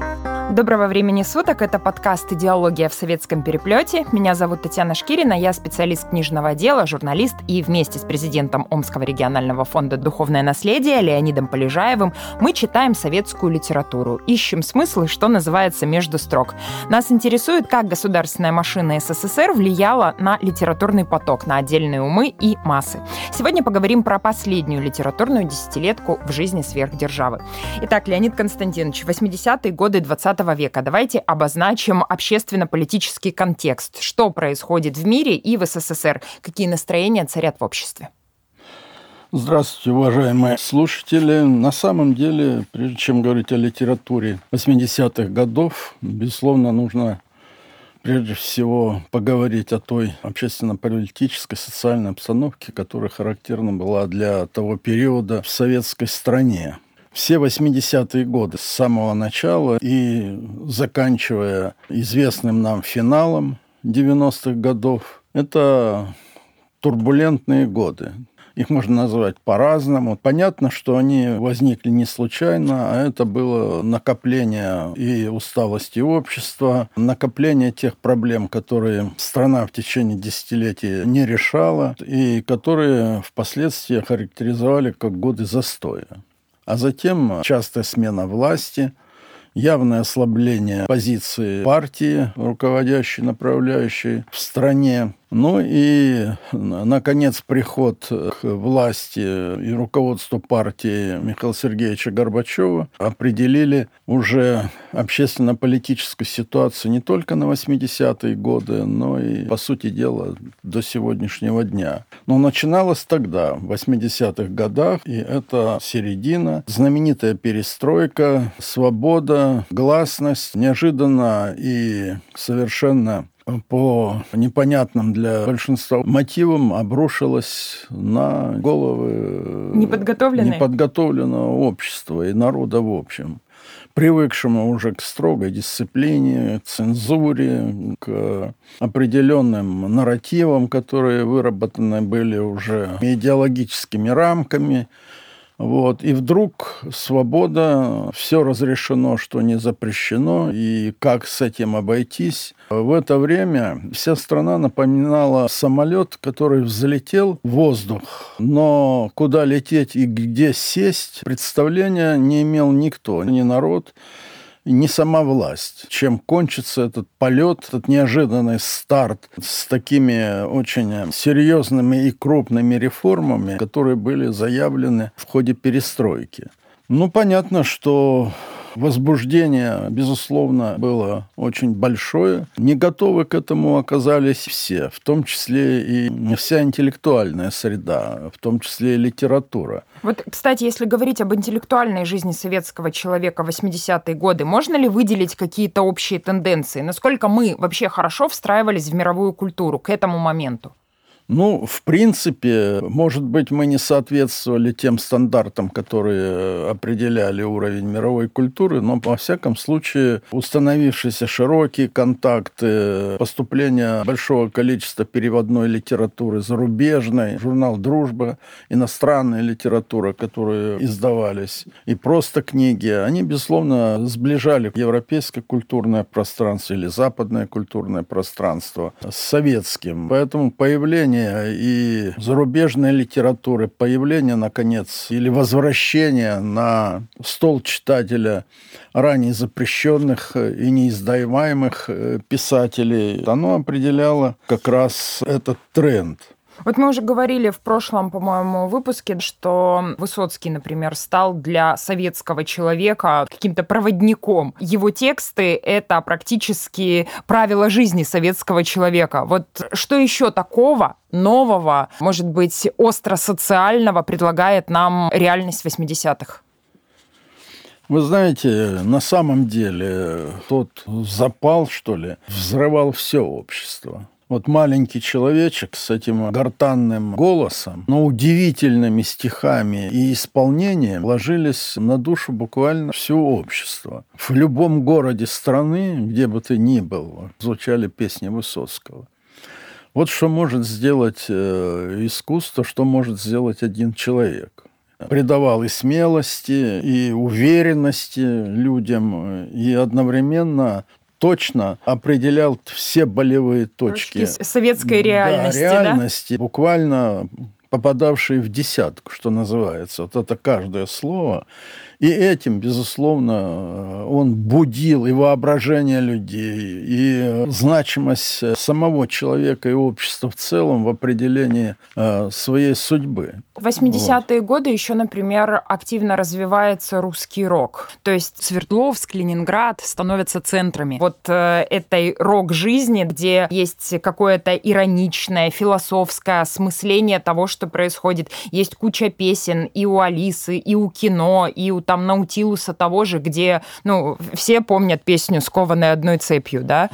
Доброго времени суток. Это подкаст «Идеология в советском переплете». Меня зовут Татьяна Шкирина, я специалист книжного отдела, журналист, и вместе с президентом Омского регионального фонда «Духовное наследие» Леонидом Полежаевым мы читаем советскую литературу, ищем смыслы, что называется, между строк. Нас интересует, как государственная машина СССР влияла на литературный поток, на отдельные умы и массы. Сегодня поговорим про последнюю литературную десятилетку в жизни сверхдержавы. Итак, Леонид Константинович, 80-е годы 20 века. Давайте обозначим общественно-политический контекст. Что происходит в мире и в СССР? Какие настроения царят в обществе? Здравствуйте, уважаемые слушатели. На самом деле, прежде чем говорить о литературе 80-х годов, безусловно, нужно прежде всего поговорить о той общественно-политической, социальной обстановке, которая характерна была для того периода в советской стране. Все 80-е годы с самого начала и заканчивая известным нам финалом 90-х годов, это турбулентные годы. Их можно назвать по-разному. Понятно, что они возникли не случайно, а это было накопление и усталости общества, накопление тех проблем, которые страна в течение десятилетий не решала и которые впоследствии характеризовали как годы застоя. А затем частая смена власти, явное ослабление позиции партии, руководящей, направляющей в стране. Ну и, наконец, приход к власти и руководству партии Михаила Сергеевича Горбачева определили уже общественно-политическую ситуацию не только на 80-е годы, но и, по сути дела, до сегодняшнего дня. Но начиналось тогда, в 80-х годах, и это середина, знаменитая перестройка, свобода, гласность, неожиданно и совершенно по непонятным для большинства мотивам обрушилась на головы неподготовленного общества и народа в общем, привыкшему уже к строгой дисциплине, к цензуре, к определенным нарративам, которые выработаны были уже идеологическими рамками. И вдруг свобода, все разрешено, что не запрещено, и как с этим обойтись. В это время вся страна напоминала самолет, который взлетел в воздух, но куда лететь и где сесть, представления не имел никто, ни народ, не сама власть. Чем кончится этот полет, этот неожиданный старт с такими очень серьезными и крупными реформами, которые были заявлены в ходе перестройки. Понятно, что возбуждение, безусловно, было очень большое. Не готовы к этому оказались все, в том числе и вся интеллектуальная среда, в том числе и литература. Кстати, если говорить об интеллектуальной жизни советского человека в 80-е годы, можно ли выделить какие-то общие тенденции? Насколько мы вообще хорошо встраивались в мировую культуру к этому моменту? В принципе, может быть, мы не соответствовали тем стандартам, которые определяли уровень мировой культуры, но, во всяком случае, установившиеся широкие контакты, поступление большого количества переводной литературы зарубежной, журнал «Дружба», иностранная литература, которые издавались, и просто книги, они, безусловно, сближали европейское культурное пространство или западное культурное пространство с советским. Поэтому появление и зарубежной литературы, появление, наконец, или возвращение на стол читателя ранее запрещенных и неиздаваемых писателей, оно определяло как раз этот тренд. Мы уже говорили в прошлом, по-моему, выпуске, что Высоцкий, например, стал для советского человека каким-то проводником. Его тексты — это практически правила жизни советского человека. Что еще такого нового, может быть, остро-социального предлагает нам реальность 80-х? Вы знаете, на самом деле тот запал, что ли, взрывал все общество. Маленький человечек с этим гортанным голосом, но удивительными стихами и исполнением ложились на душу буквально все общество. В любом городе страны, где бы ты ни был, звучали песни Высоцкого. Что может сделать искусство, что может сделать один человек. придавал и смелости, и уверенности людям, и одновременно точно определял все болевые точки советской реальности, реальности, буквально попадавшие в десятку, что называется. Вот это каждое слово. И этим, безусловно, он будил и воображение людей, и значимость самого человека и общества в целом в определении своей судьбы. В 80-е годы еще, например, активно развивается русский рок. То есть Свердловск, Ленинград становятся центрами вот этой рок-жизни, где есть какое-то ироничное, философское осмысление того, что происходит. Есть куча песен и у Алисы, и у кино, и у там Наутилуса того же, где, все помнят песню «Скованная одной цепью», да?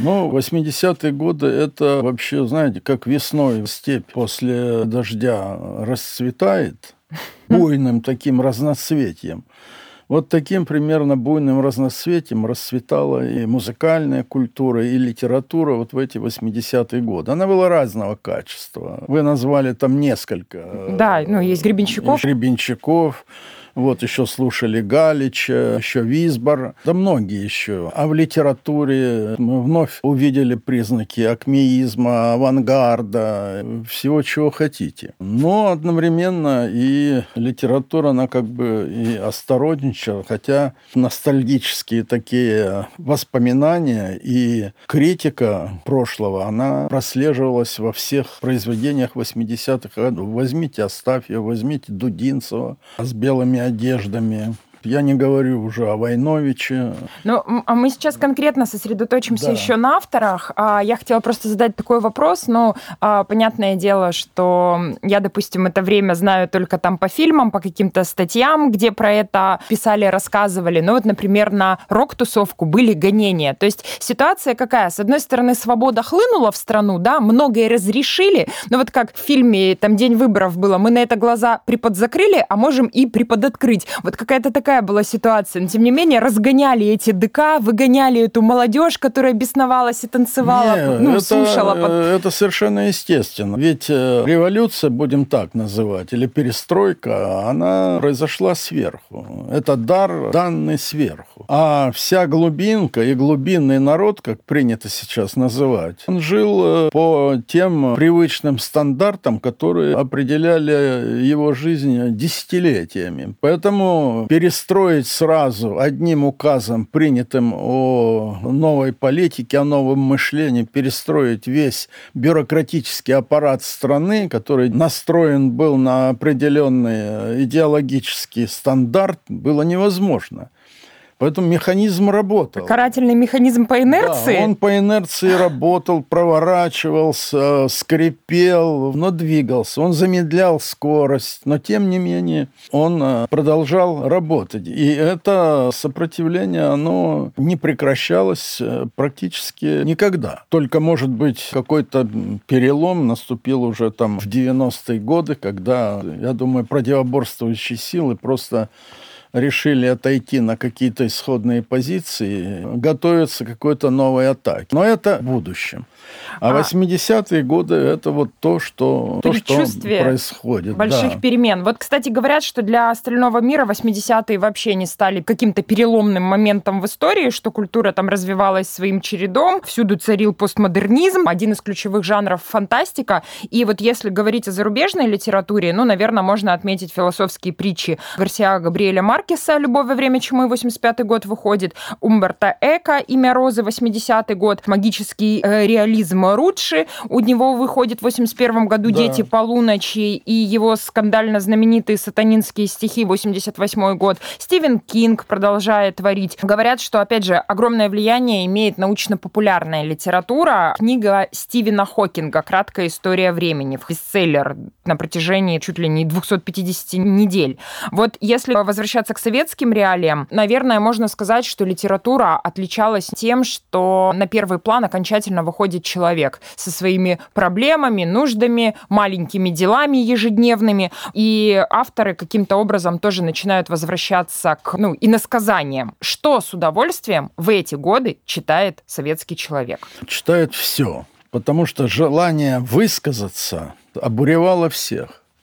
80-е годы — это вообще, знаете, как весной степь после дождя расцветает буйным таким разноцветием. Вот таким примерно буйным разноцветием расцветала и музыкальная культура, и литература вот в эти 80-е годы. Она была разного качества. Вы назвали там несколько. Да, есть Гребенщиков. Гребенщиков. Вот еще слушали Галича, еще Висбор, да многие еще. А в литературе мы вновь увидели признаки акмеизма, авангарда, всего, чего хотите. Но одновременно и литература, она как бы и осторожничала, хотя ностальгические такие воспоминания и критика прошлого, она прослеживалась во всех произведениях 80-х годов. Возьмите Астафьева, возьмите Дудинцева с белыми одеждами. Я не говорю уже о Войновиче. А мы сейчас конкретно сосредоточимся еще на авторах. Я хотела просто задать такой вопрос. Понятное дело, что я, допустим, это время знаю только там по фильмам, по каким-то статьям, где про это писали, рассказывали. Вот, например, на рок-тусовку были гонения. То есть ситуация какая? С одной стороны, свобода хлынула в страну, да, многое разрешили, но вот как в фильме там «День выборов» было, мы на это глаза приподзакрыли, а можем и приподоткрыть. Вот какая-то такая была ситуация. Но, тем не менее, разгоняли эти ДК, выгоняли эту молодежь, которая бесновалась и танцевала, слушала. Это совершенно естественно. Ведь революция, будем так называть, или перестройка, она произошла сверху. Это дар, данный сверху. А вся глубинка и глубинный народ, как принято сейчас называть, он жил по тем привычным стандартам, которые определяли его жизнь десятилетиями. Поэтому перестроить сразу одним указом, принятым о новой политике, о новом мышлении, перестроить весь бюрократический аппарат страны, который настроен был на определенный идеологический стандарт, было невозможно. Поэтому механизм работал. Карательный механизм по инерции? Да, он по инерции работал, проворачивался, скрипел, но двигался. Он замедлял скорость, но тем не менее он продолжал работать. И это сопротивление, оно не прекращалось практически никогда. Только, может быть, какой-то перелом наступил уже там в 90-е годы, когда, я думаю, противоборствующие силы просто решили отойти на какие-то исходные позиции, готовятся к какой-то новой атаке. Но это в будущем. А 80-е годы – это вот то, что происходит. Больших перемен. Вот, кстати, говорят, что для остального мира 80-е вообще не стали каким-то переломным моментом в истории, что культура там развивалась своим чередом, всюду царил постмодернизм, один из ключевых жанров – фантастика. И вот если говорить о зарубежной литературе, наверное, можно отметить философские притчи Гарсиа Габриэля Маркеса «Любовь во время чумы» 85-й год выходит, Умберто Эко «Имя Розы» 80-й год, магический реализм Руччи, у него выходит в 81 году «Дети полуночи» и его скандально знаменитые сатанинские стихи 88 год. Стивен Кинг продолжает творить. Говорят, что, опять же, огромное влияние имеет научно-популярная литература. Книга Стивена Хокинга «Краткая история времени», бестселлер на протяжении чуть ли не 250 недель. Вот если возвращаться к советским реалиям, наверное, можно сказать, что литература отличалась тем, что на первый план окончательно выходит человек со своими проблемами, нуждами, маленькими делами ежедневными. И авторы каким-то образом тоже начинают возвращаться к иносказаниям. Что с удовольствием в эти годы читает советский человек? Читает все, потому что желание высказаться обуревало всех.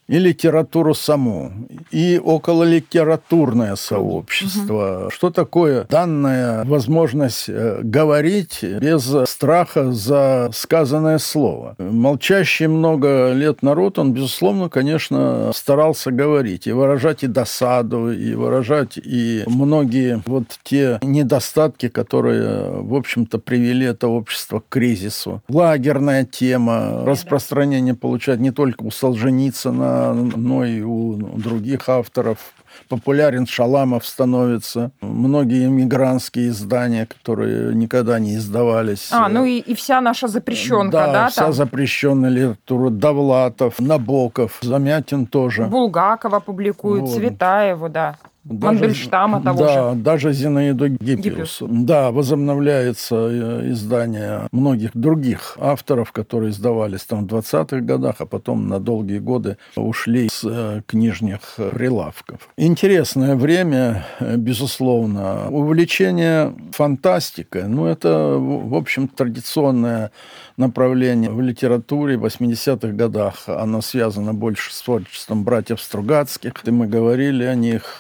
и литературу саму, и окололитературное сообщество. Что такое данная возможность говорить без страха за сказанное слово? Молчащий много лет народ, он, безусловно, конечно, старался говорить, и выражать и досаду, и выражать и многие вот те недостатки, которые, в общем-то, привели это общество к кризису. Лагерная тема, распространение получать не только у Солженицына, но и у других авторов. Популярен Шаламов становится. Многие эмигрантские издания, которые никогда не издавались. И вся наша запрещенка, да? Вся запрещенная литература. Довлатов, Набоков, Замятин тоже. Булгакова публикует, Цветаеву, да. Мандельштама того же. Даже Зинаиду Гиппиусу. Да, возобновляется издание многих других авторов, которые издавались там в 20-х годах, а потом на долгие годы ушли с книжных прилавков. Интересное время, безусловно. Увлечение фантастикой, это, в общем, традиционное направление в литературе. В 80-х годах оно связано больше с творчеством братьев Стругацких, и мы говорили о них.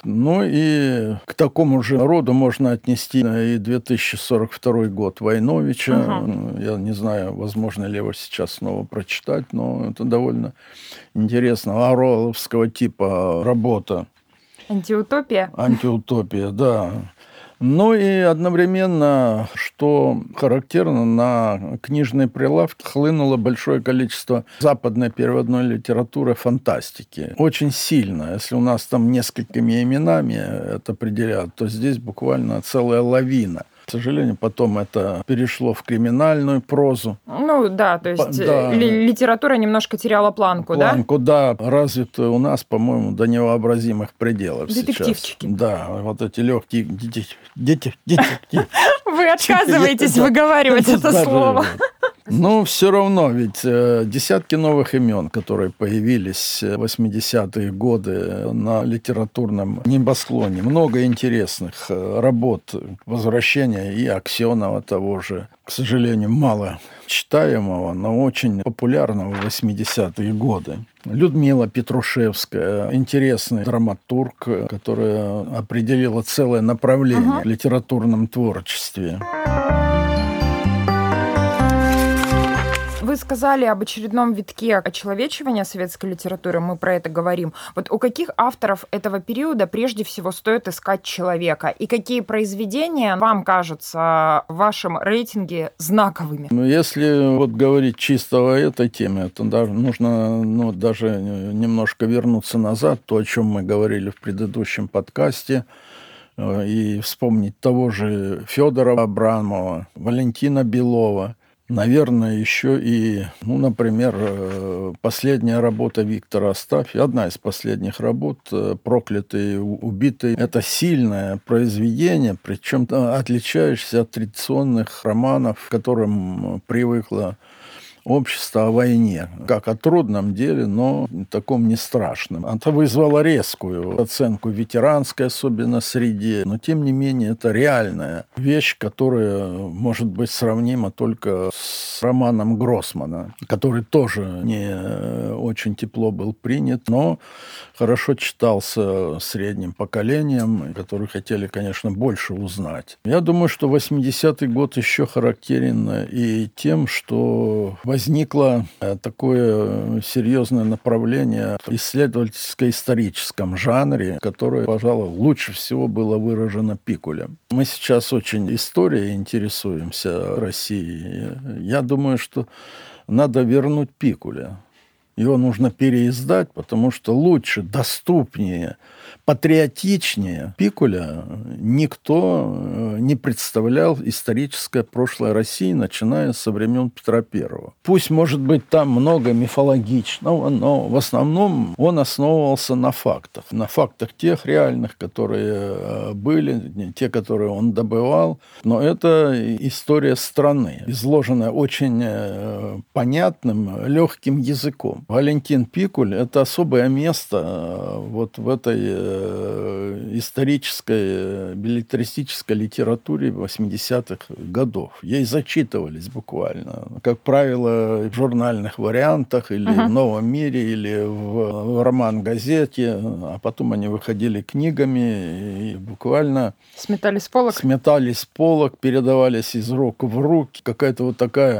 И к такому же роду можно отнести и 2042 год Войновича. Я не знаю, возможно ли его сейчас снова прочитать, но это довольно интересно. Оруэлловского типа работа. Антиутопия? Антиутопия, да. И одновременно, что характерно, на книжные прилавки хлынуло большое количество западной переводной литературы, фантастики. Очень сильно. Если у нас там несколькими именами это определяют, то здесь буквально целая лавина. К сожалению, потом это перешло в криминальную прозу. То есть литература немножко теряла планку, да? Планку, да, развитую у нас, по-моему, до невообразимых пределов сейчас. Детективчики. Да, вот эти легкие дети. Вы отказываетесь выговаривать это слово. Все равно, ведь десятки новых имен, которые появились в 80-е годы на литературном небосклоне, много интересных работ, возвращения и Аксенова того же, к сожалению, мало читаемого, но очень популярного в 80-е годы. Людмила Петрушевская, интересный драматург, которая определила целое направление в литературном творчестве. Вы сказали об очередном витке очеловечивания советской литературы, мы про это говорим. Вот у каких авторов этого периода прежде всего стоит искать человека? И какие произведения вам кажутся в вашем рейтинге знаковыми? Если говорить чисто о этой теме, то нужно даже немножко вернуться назад, то, о чем мы говорили в предыдущем подкасте, и вспомнить того же Федора Абрамова, Валентина Белова. Наверное, еще и, например, последняя работа Виктора Астафьева, одна из последних работ «Проклятый и убитый». Это сильное произведение, причем отличающееся от традиционных романов, к которым привыкло общество о войне, как о трудном деле, но таком не страшном. Это вызвало резкую оценку ветеранской, особенно среде, но тем не менее это реальная вещь, которая может быть сравнима только с романом Гроссмана, который тоже не очень тепло был принят, но хорошо читался средним поколением, которые хотели, конечно, больше узнать. Я думаю, что 80-й год еще характерен и тем, что возникло такое серьезное направление в исследовательско-историческом жанре, которое, пожалуй, лучше всего было выражено Пикулем. Мы сейчас очень историей интересуемся Россией. Я думаю, что надо вернуть Пикуля. Его нужно переиздать, потому что лучше, доступнее, патриотичнее Пикуля никто не представлял историческое прошлое России, начиная со времен Петра I. Пусть, может быть, там много мифологичного, но в основном он основывался на фактах тех реальных, которые были, те, которые он добывал. Но это история страны, изложенная очень понятным, легким языком. Валентин Пикуль – это особое место вот в этой исторической, беллетристической литературе литературе 80-х годов. Ей зачитывались буквально. Как правило, в журнальных вариантах, или в «Новом мире», или в роман-газете, а потом они выходили книгами и буквально сметали с полок. Сметались с полок, передавались из рук в руки. Какая-то вот такая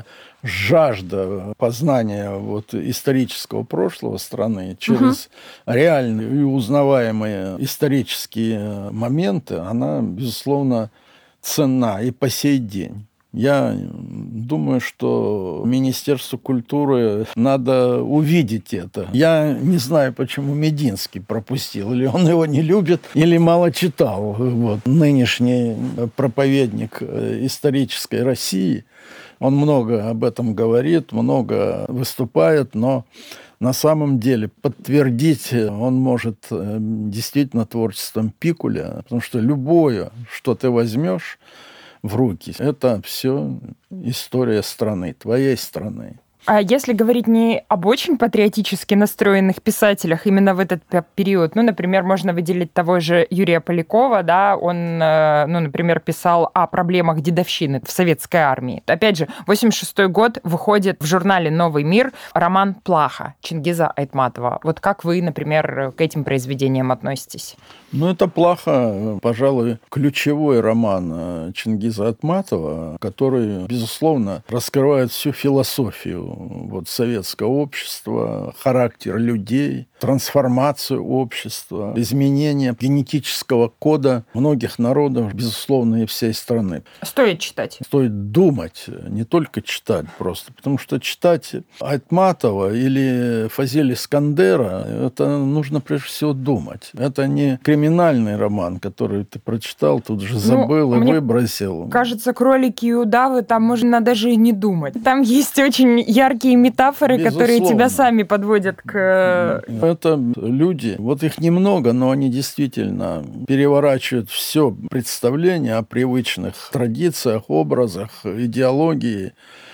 жажда познания вот исторического прошлого страны через реальные и узнаваемые исторические моменты, она, безусловно, ценна и по сей день. Я думаю, что Министерству культуры надо увидеть это. Я не знаю, почему Мединский пропустил. Или он его не любит, или мало читал. Вот. Нынешний проповедник исторической России, он много об этом говорит, много выступает, но на самом деле подтвердить он может действительно творчеством Пикуля, потому что любое, что ты возьмешь в руки, это все история страны, твоей страны. А если говорить не об очень патриотически настроенных писателях именно в этот период, например, можно выделить того же Юрия Полякова, да, он, например, писал о проблемах дедовщины в советской армии. Опять же, 1986 год выходит в журнале «Новый мир» роман «Плаха» Чингиза Айтматова. Вот как вы, например, к этим произведениям относитесь? Это «Плаха», пожалуй, ключевой роман Чингиза Айтматова, который, безусловно, раскрывает всю философию советского общества, характер людей, трансформацию общества, изменение генетического кода многих народов, безусловно, и всей страны. Стоит читать. Стоит думать, не только читать просто, потому что читать Айтматова или Фазиль Искандера, это нужно прежде всего думать. Это не криминальный роман, который ты прочитал, тут же забыл и выбросил. Кажется, «Кролики и удавы», там можно даже и не думать. Там есть очень яркие метафоры, которые тебя сами подводят к... Это люди, их немного, но они действительно переворачивают все представление о привычных традициях, образах, идеологии.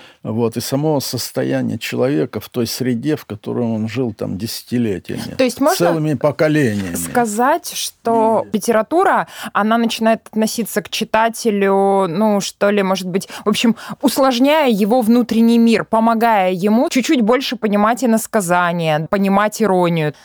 И само состояние человека в той среде, в которой он жил там десятилетиями, то есть можно целыми поколениями. Сказать, что литература, она начинает относиться к читателю, может быть, в общем, усложняя его внутренний мир, помогая ему чуть-чуть больше понимать иносказания, понимать иронию.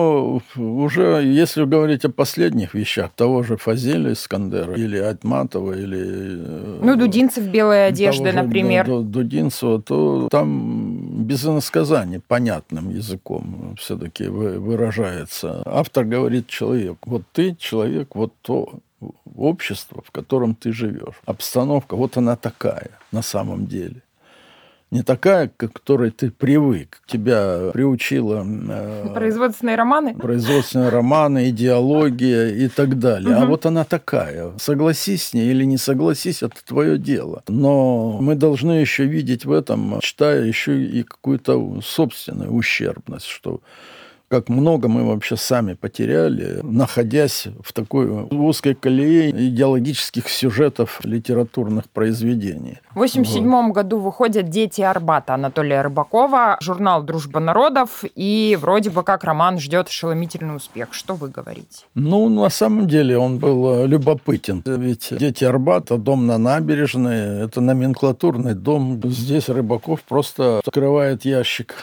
Уже если говорить о последних вещах, того же Фазиля Искандера или Айтматова, или... Дудинцев «Белые одежды», например. Дудинцев, то там без иносказаний понятным языком все-таки выражается. Автор говорит: человек, ты человек, то общество, в котором ты живешь. Обстановка, она такая на самом деле. Не такая, к которой ты привык. Тебя приучила... производственные романы? Производственные романы, идеология и так далее. А она такая. Согласись с ней или не согласись, это твое дело. Но мы должны еще видеть в этом, читая, еще и какую-то собственную ущербность, что как много мы вообще сами потеряли, находясь в такой узкой колее идеологических сюжетов литературных произведений. В 1987 году выходят «Дети Арбата» Анатолия Рыбакова, журнал «Дружба народов», и вроде бы как роман ждет ошеломительный успех. Что вы говорите? На самом деле он был любопытен. Ведь «Дети Арбата», дом на набережной, это номенклатурный дом. Здесь Рыбаков просто открывает ящик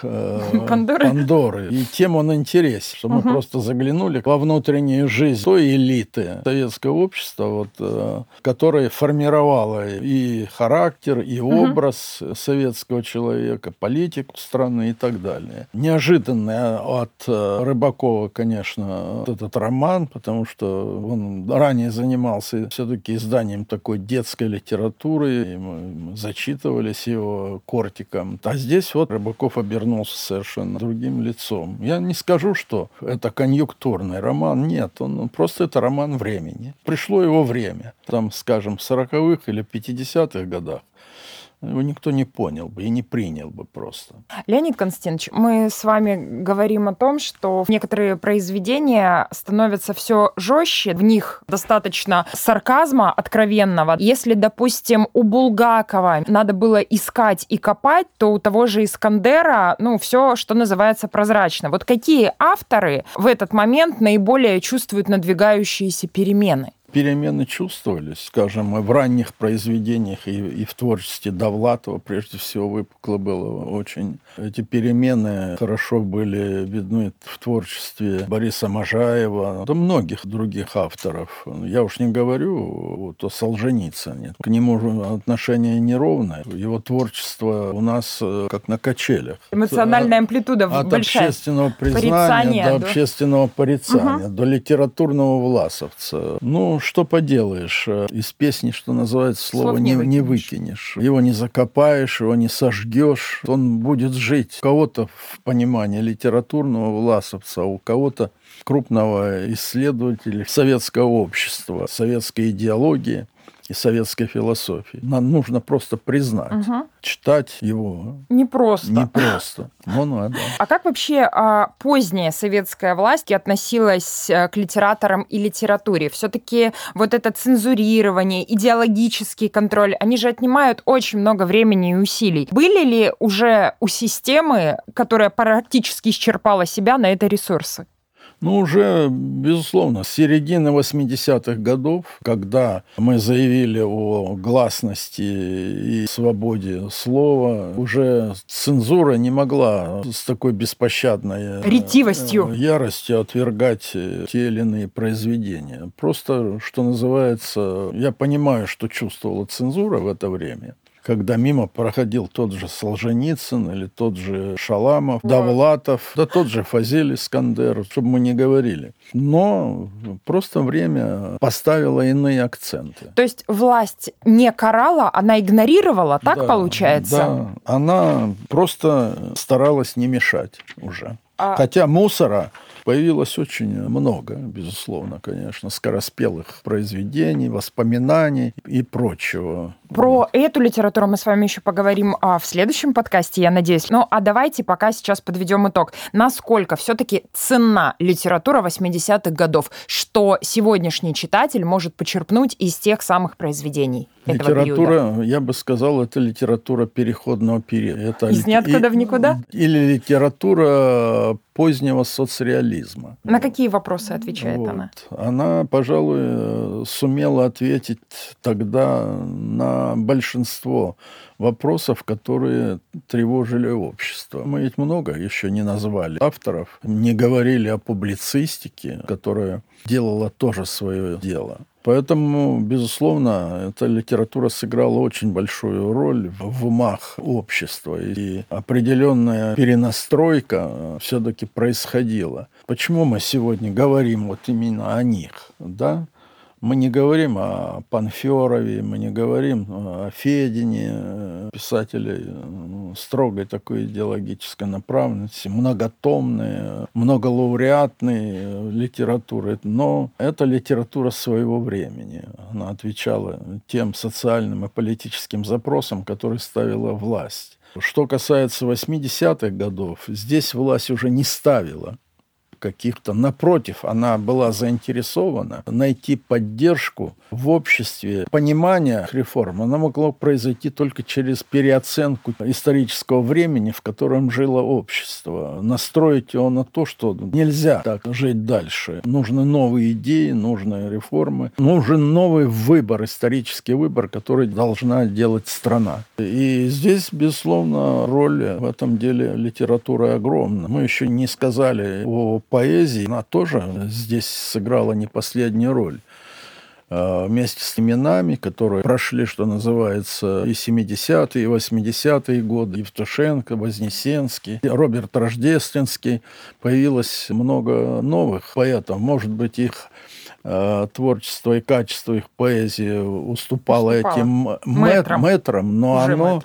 Пандоры. И тем он интересен, что мы просто заглянули во внутреннюю жизнь той элиты советского общества, которая формировала и характер, и образ советского человека, политику страны и так далее. Неожиданный от Рыбакова, конечно, этот роман, потому что он ранее занимался все-таки изданием такой детской литературы, и мы зачитывались его кортиком. А здесь Рыбаков обернулся совершенно другим лицом. Я не скажу, что это конъюнктурный роман. Нет, просто это роман времени. Пришло его время. Там, скажем, в 40-х или 50-х годах его никто не понял бы и не принял бы просто. Леонид Константинович, мы с вами говорим о том, что некоторые произведения становятся все жестче, в них достаточно сарказма откровенного. Если, допустим, у Булгакова надо было искать и копать, то у того же Искандера, все, что называется, прозрачно. Какие авторы в этот момент наиболее чувствуют надвигающиеся перемены? перемены чувствовались, скажем, в ранних произведениях и в творчестве Довлатова, прежде всего, выпукло было очень. Эти перемены хорошо были видны в творчестве Бориса Можаева, да многих других авторов. Я уж не говорю вот о Солженицыне. К нему отношение неровное. Его творчество у нас как на качелях. Эмоциональная амплитуда от большая. общественного признания до общественного порицания, до литературного власовца. Ну, что поделаешь, из песни, что называется, слова не выкинешь. Его не закопаешь, его не сожгешь. Он будет жить. У кого-то в понимании литературного власовца, а у кого-то крупного исследователя советского общества, советской идеологии и советской философии. Нам нужно просто признать. Читать его непросто. Но надо. А как вообще поздняя советская власть относилась к литераторам и литературе? Все-таки вот это цензурирование, идеологический контроль, они же отнимают очень много времени и усилий. Были ли уже у системы, которая практически исчерпала себя, на это ресурсы? Ну, уже, безусловно, с середины 80-х годов, когда мы заявили о гласности и свободе слова, уже цензура не могла с такой беспощадной ретивостью, яростью отвергать те или иные произведения. Просто, что называется, я понимаю, что чувствовала цензура в это время. Когда мимо проходил тот же Солженицын или тот же Шаламов, Довлатов, да тот же Фазиль Искандер, чтобы мы не говорили. Но просто время поставило иные акценты. То есть власть не карала, она игнорировала, так да, получается? Да, она просто старалась не мешать уже. Хотя мусора появилось очень много, безусловно, конечно, скороспелых произведений, воспоминаний и прочего. Про эту литературу мы с вами еще поговорим в следующем подкасте, я надеюсь. Ну, а давайте пока сейчас подведем итог. Насколько все-таки ценна литература 80-х годов, что сегодняшний читатель может почерпнуть из тех самых произведений этого периода? Я бы сказал, это литература переходного периода. Это из ниоткуда в никуда? Или литература позднего соцреализма. На какие вопросы отвечает она? Она, пожалуй, сумела ответить тогда на большинство вопросов, которые тревожили общество. Мы ведь много еще не назвали авторов, не говорили о публицистике, которая делала тоже свое дело. Поэтому, безусловно, эта литература сыграла очень большую роль в умах общества. И определенная перенастройка все-таки происходила. Почему мы сегодня говорим вот именно о них, да? Мы не говорим о Панферове, мы не говорим о Федине, писателе строгой такой идеологической направленности, многотомной, многолауреатной литературы. Но это литература своего времени. Она отвечала тем социальным и политическим запросам, которые ставила власть. Что касается 80-х годов, здесь власть уже не ставила каких-то. Напротив, она была заинтересована найти поддержку в обществе. Понимание реформ, оно могло произойти только через переоценку исторического времени, в котором жило общество. Настроить его на то, что нельзя так жить дальше. Нужны новые идеи, нужны реформы. Нужен новый выбор, исторический выбор, который должна делать страна. И здесь, безусловно, роль в этом деле литературы огромна. Мы еще не сказали о поэзии, она тоже здесь сыграла не последнюю роль. Вместе с именами, которые прошли, что называется, и 70-е, и 80-е годы, Евтушенко, Вознесенский, Роберт Рождественский, появилось много новых поэтов. Может быть, их творчество и качество их поэзии уступало этим мэтрам, но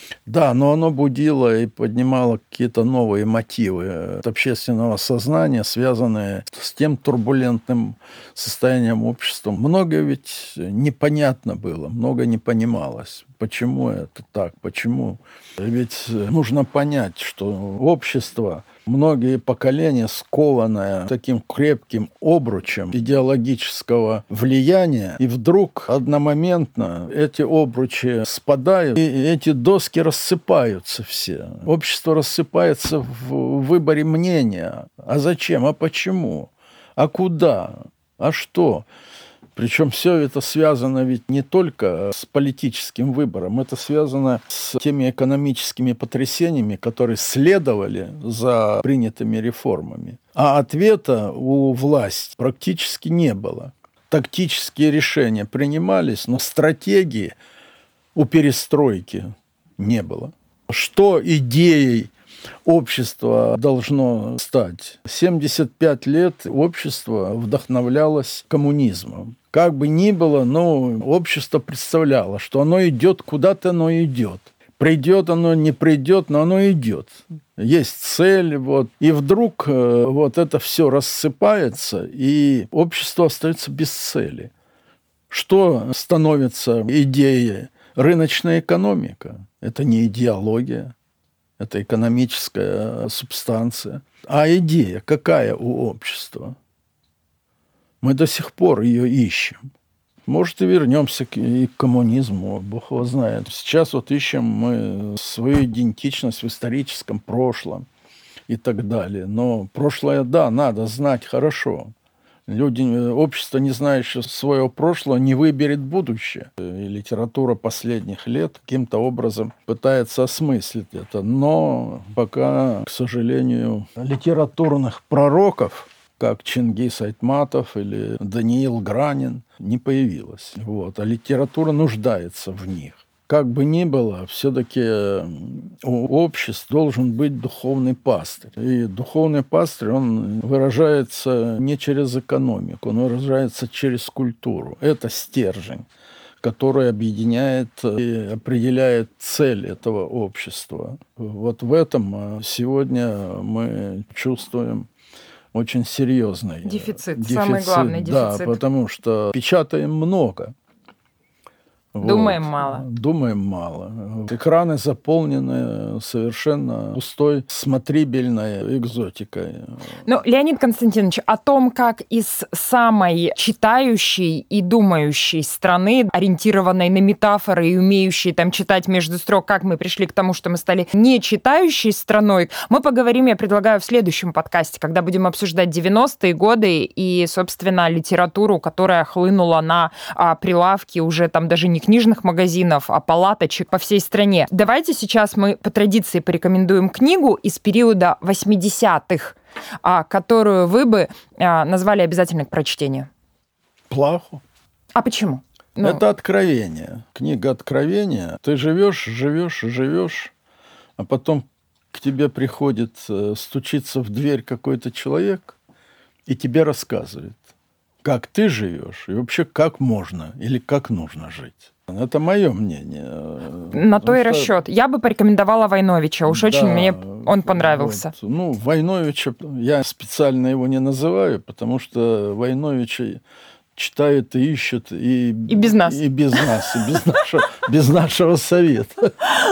оно будило и поднимало какие-то новые мотивы от общественного сознания, связанные с тем турбулентным состоянием общества. Многое ведь непонятно было, много не понималось. Почему это так? Почему? Ведь нужно понять, что общество многие поколения, скованное таким крепким обручем идеологического влияния, и вдруг одномоментно эти обручи спадают, и эти доски рассыпаются все. Общество рассыпается в выборе мнения. А зачем? А почему? А куда? А что? Причем все это связано ведь не только с политическим выбором, это связано с теми экономическими потрясениями, которые следовали за принятыми реформами. А ответа у власти практически не было. Тактические решения принимались, но стратегии у перестройки не было. Что идеей общество должно стать? 75 лет общество вдохновлялось коммунизмом. Как бы ни было, но общество представляло, что оно идет, куда-то оно идет. Придет оно, не придет, но оно идет. Есть цель, вот. И вдруг вот это все рассыпается, и общество остается без цели. Что становится идеей? Рыночная экономика. Это не идеология. Это экономическая субстанция. А идея какая у общества? Мы до сих пор ее ищем. Может, и вернемся и к коммунизму, Бог его знает. Сейчас вот ищем мы свою идентичность в историческом прошлом и так далее. Но прошлое, да, надо знать хорошо. Общество, не знающее своего прошлого, не выберет будущее. И литература последних лет каким-то образом пытается осмыслить это. Но пока, к сожалению, литературных пророков, как Чингис Айтматов или Даниил Гранин, не появилось. Вот. А литература нуждается в них. Как бы ни было, все-таки у обществ должен быть духовный пастырь. И духовный пастырь, он выражается не через экономику, он выражается через культуру. Это стержень, который объединяет и определяет цель этого общества. Вот в этом сегодня мы чувствуем очень серьезный дефицит. Самый главный дефицит. Да, потому что печатаем много. Думаем мало. Думаем мало. Экраны заполнены совершенно пустой смотрибельной экзотикой. Ну, Леонид Константинович, о том, как из самой читающей и думающей страны, ориентированной на метафоры и умеющей там читать между строк, как мы пришли к тому, что мы стали не читающей страной, мы поговорим, я предлагаю, в следующем подкасте, когда будем обсуждать 90-е годы и, собственно, литературу, которая хлынула на прилавки уже там даже не книжных магазинов, а палаточек по всей стране. Давайте сейчас мы по традиции порекомендуем книгу из периода 80-х, которую вы бы назвали обязательно к прочтению. Плаху. А почему? Это откровение. Книга откровения. Ты живешь, а потом к тебе приходит стучиться в дверь какой-то человек и тебе рассказывает, как ты живешь и вообще как можно или как нужно жить. Это мое мнение. На то и расчет. Я бы порекомендовала Войновича. Уж очень мне он понравился. Вот. Войновича, я специально его не называю, потому что Войновича читают и ищут и без нас, и без нашего совета.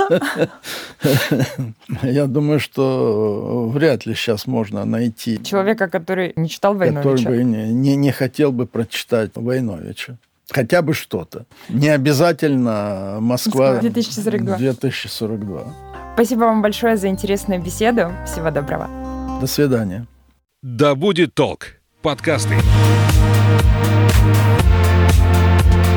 Я думаю, что вряд ли сейчас можно найти человека, который не читал Войновича. Который бы не хотел бы прочитать Войновича. Хотя бы что-то. Не обязательно Москва 2042. Спасибо вам большое за интересную беседу. Всего доброго. До свидания. Да будет толк. Подкасты.